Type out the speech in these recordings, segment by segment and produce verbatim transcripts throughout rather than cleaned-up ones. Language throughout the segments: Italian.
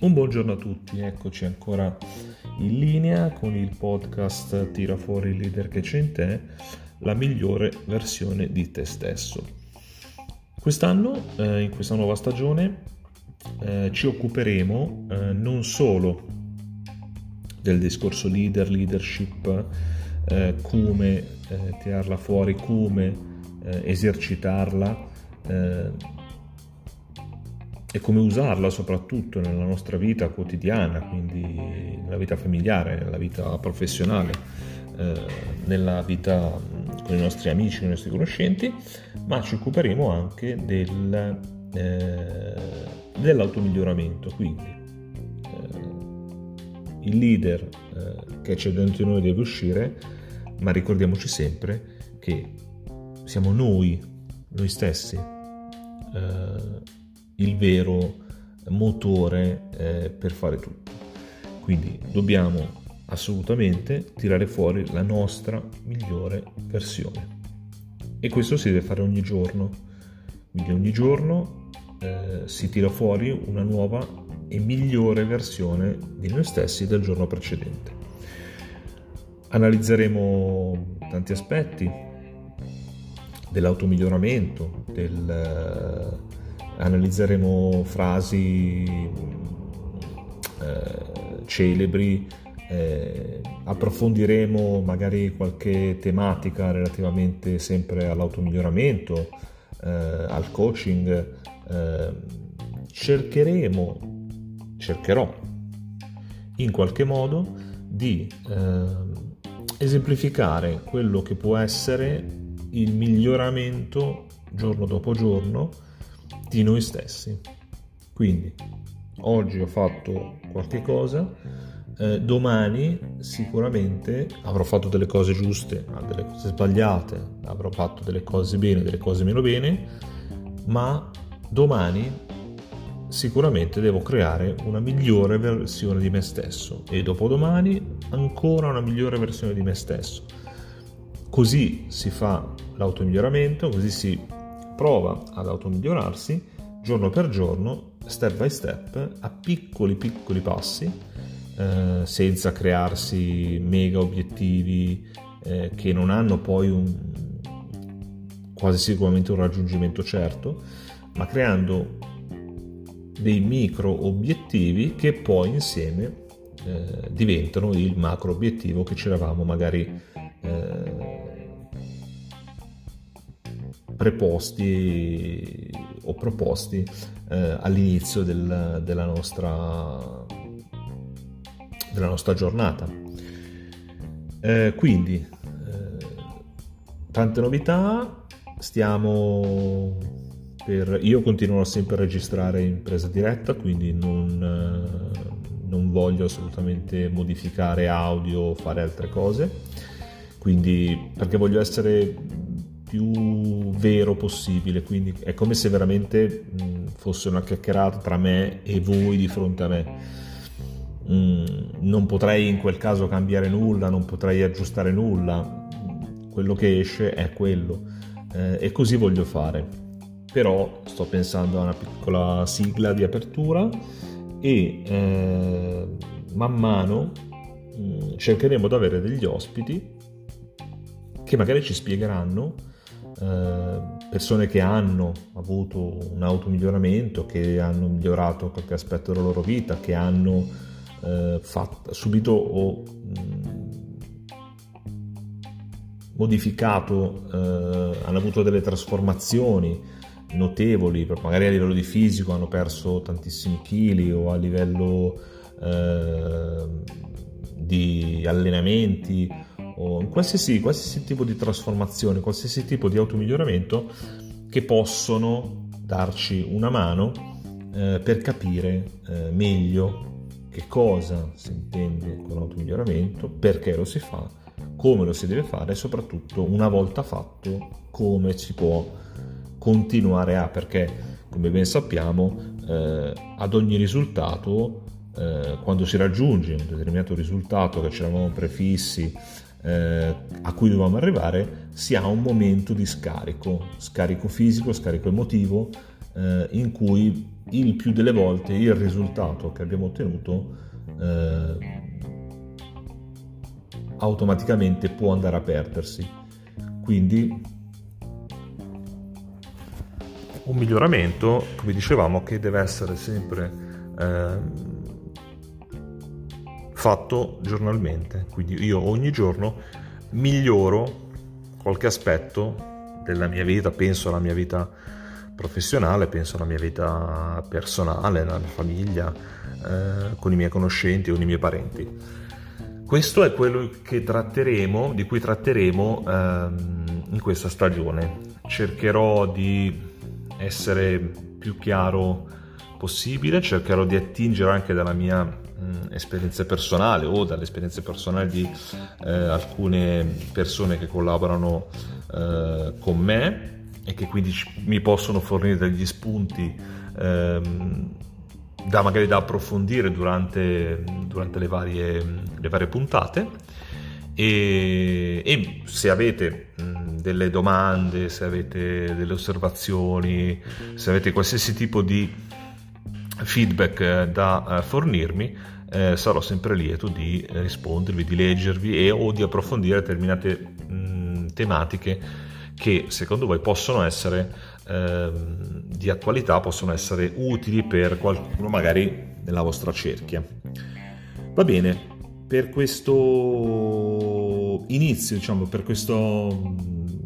Un buongiorno a tutti, eccoci ancora in linea con il podcast Tira fuori il leader che c'è in te, la migliore versione di te stesso. Quest'anno, eh, in questa nuova stagione, eh, ci occuperemo eh, non solo del discorso leader, leadership, eh, come eh, tirarla fuori, come eh, esercitarla, eh, e come usarla soprattutto nella nostra vita quotidiana, quindi nella vita familiare, nella vita professionale, eh, nella vita con i nostri amici, con i nostri conoscenti, ma ci occuperemo anche del, eh, dell'automiglioramento, quindi eh, il leader eh, che c'è dentro di noi deve uscire, ma ricordiamoci sempre che siamo noi, noi stessi, eh, il vero motore eh, per fare tutto. Quindi dobbiamo assolutamente tirare fuori la nostra migliore versione, e questo si deve fare ogni giorno. Quindi ogni giorno eh, si tira fuori una nuova e migliore versione di noi stessi del giorno precedente. Analizzeremo tanti aspetti dell'automiglioramento, del analizzeremo frasi eh, celebri, eh, approfondiremo magari qualche tematica relativamente sempre all'automiglioramento, eh, al coaching, eh, cercheremo, cercherò in qualche modo di eh, esemplificare quello che può essere il miglioramento giorno dopo giorno di noi stessi. Quindi oggi ho fatto qualche cosa, eh, domani sicuramente avrò fatto delle cose giuste, delle cose sbagliate, avrò fatto delle cose bene, delle cose meno bene, ma domani sicuramente devo creare una migliore versione di me stesso, e dopodomani ancora una migliore versione di me stesso. Così si fa l'automiglioramento, così si prova ad automigliorarsi giorno per giorno, step by step, a piccoli piccoli passi, eh, senza crearsi mega obiettivi eh, che non hanno poi un, quasi sicuramente un raggiungimento certo, ma creando dei micro obiettivi che poi insieme eh, diventano il macro obiettivo che ci eravamo magari eh, preposti o proposti eh, all'inizio del, della nostra della nostra giornata. Eh, quindi eh, tante novità. Stiamo per io continuerò sempre a registrare in presa diretta, quindi non, eh, non voglio assolutamente modificare audio o fare altre cose, quindi perché voglio essere più vero possibile, quindi è come se veramente mh, fosse una chiacchierata tra me e voi di fronte a me. Mh, non potrei in quel caso cambiare nulla, non potrei aggiustare nulla, quello che esce è quello, eh, e così voglio fare. Però sto pensando a una piccola sigla di apertura e eh, man mano mh, cercheremo di avere degli ospiti che magari ci spiegheranno, eh, persone che hanno avuto un automiglioramento, che hanno migliorato qualche aspetto della loro vita, che hanno eh, fatto, subito o mh, modificato, eh, hanno avuto delle trasformazioni notevoli, magari a livello di fisico hanno perso tantissimi chili, o a livello eh, di allenamenti, o in qualsiasi, qualsiasi tipo di trasformazione, qualsiasi tipo di automiglioramento, che possono darci una mano eh, per capire eh, meglio che cosa si intende con automiglioramento, perché lo si fa, come lo si deve fare, e soprattutto, una volta fatto, come si può continuare a, perché come ben sappiamo eh, ad ogni risultato, eh, quando si raggiunge un determinato risultato che ci eravamo prefissi eh, a cui dovevamo arrivare, si ha un momento di scarico, scarico fisico, scarico emotivo, eh, in cui il più delle volte il risultato che abbiamo ottenuto eh, automaticamente può andare a perdersi. Quindi un miglioramento, come dicevamo, che deve essere sempre eh, fatto giornalmente. Quindi io ogni giorno miglioro qualche aspetto della mia vita, penso alla mia vita professionale, penso alla mia vita personale, alla mia famiglia, eh, con i miei conoscenti, con i miei parenti. Questo è quello che tratteremo, di cui tratteremo ehm, in questa stagione. Cercherò di essere più chiaro possibile, cercherò di attingere anche dalla mia mh, esperienza personale o dalle esperienze personali di eh, alcune persone che collaborano eh, con me e che quindi mi possono fornire degli spunti ehm, da magari da approfondire durante, durante le, varie, le varie puntate. E, e se avete mh, delle domande, se avete delle osservazioni, se avete qualsiasi tipo di feedback eh, da eh, fornirmi, eh, sarò sempre lieto di rispondervi, di leggervi e o di approfondire determinate mh, tematiche che secondo voi possono essere eh, di attualità, possono essere utili per qualcuno magari nella vostra cerchia. Va bene, per questo inizio, diciamo, per questo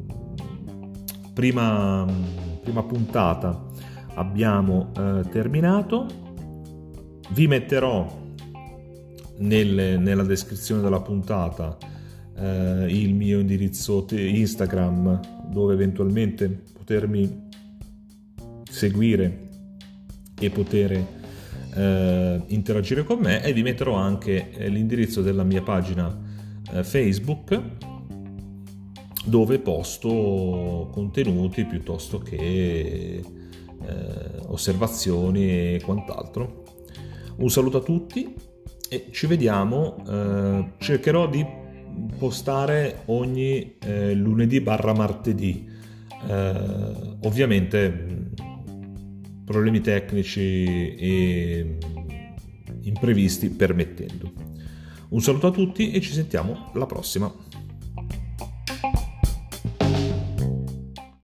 prima, prima puntata abbiamo eh, terminato. Vi metterò nel, nella descrizione della puntata eh, il mio indirizzo Instagram, dove eventualmente potermi seguire e poter eh, interagire con me, e vi metterò anche eh, l'indirizzo della mia pagina eh, Facebook, dove posto contenuti piuttosto che eh, osservazioni e quant'altro. Un saluto a tutti e ci vediamo. Eh, cercherò di postare ogni eh, lunedì barra martedì, eh, ovviamente problemi tecnici e imprevisti permettendo. Un saluto a tutti e ci sentiamo alla prossima.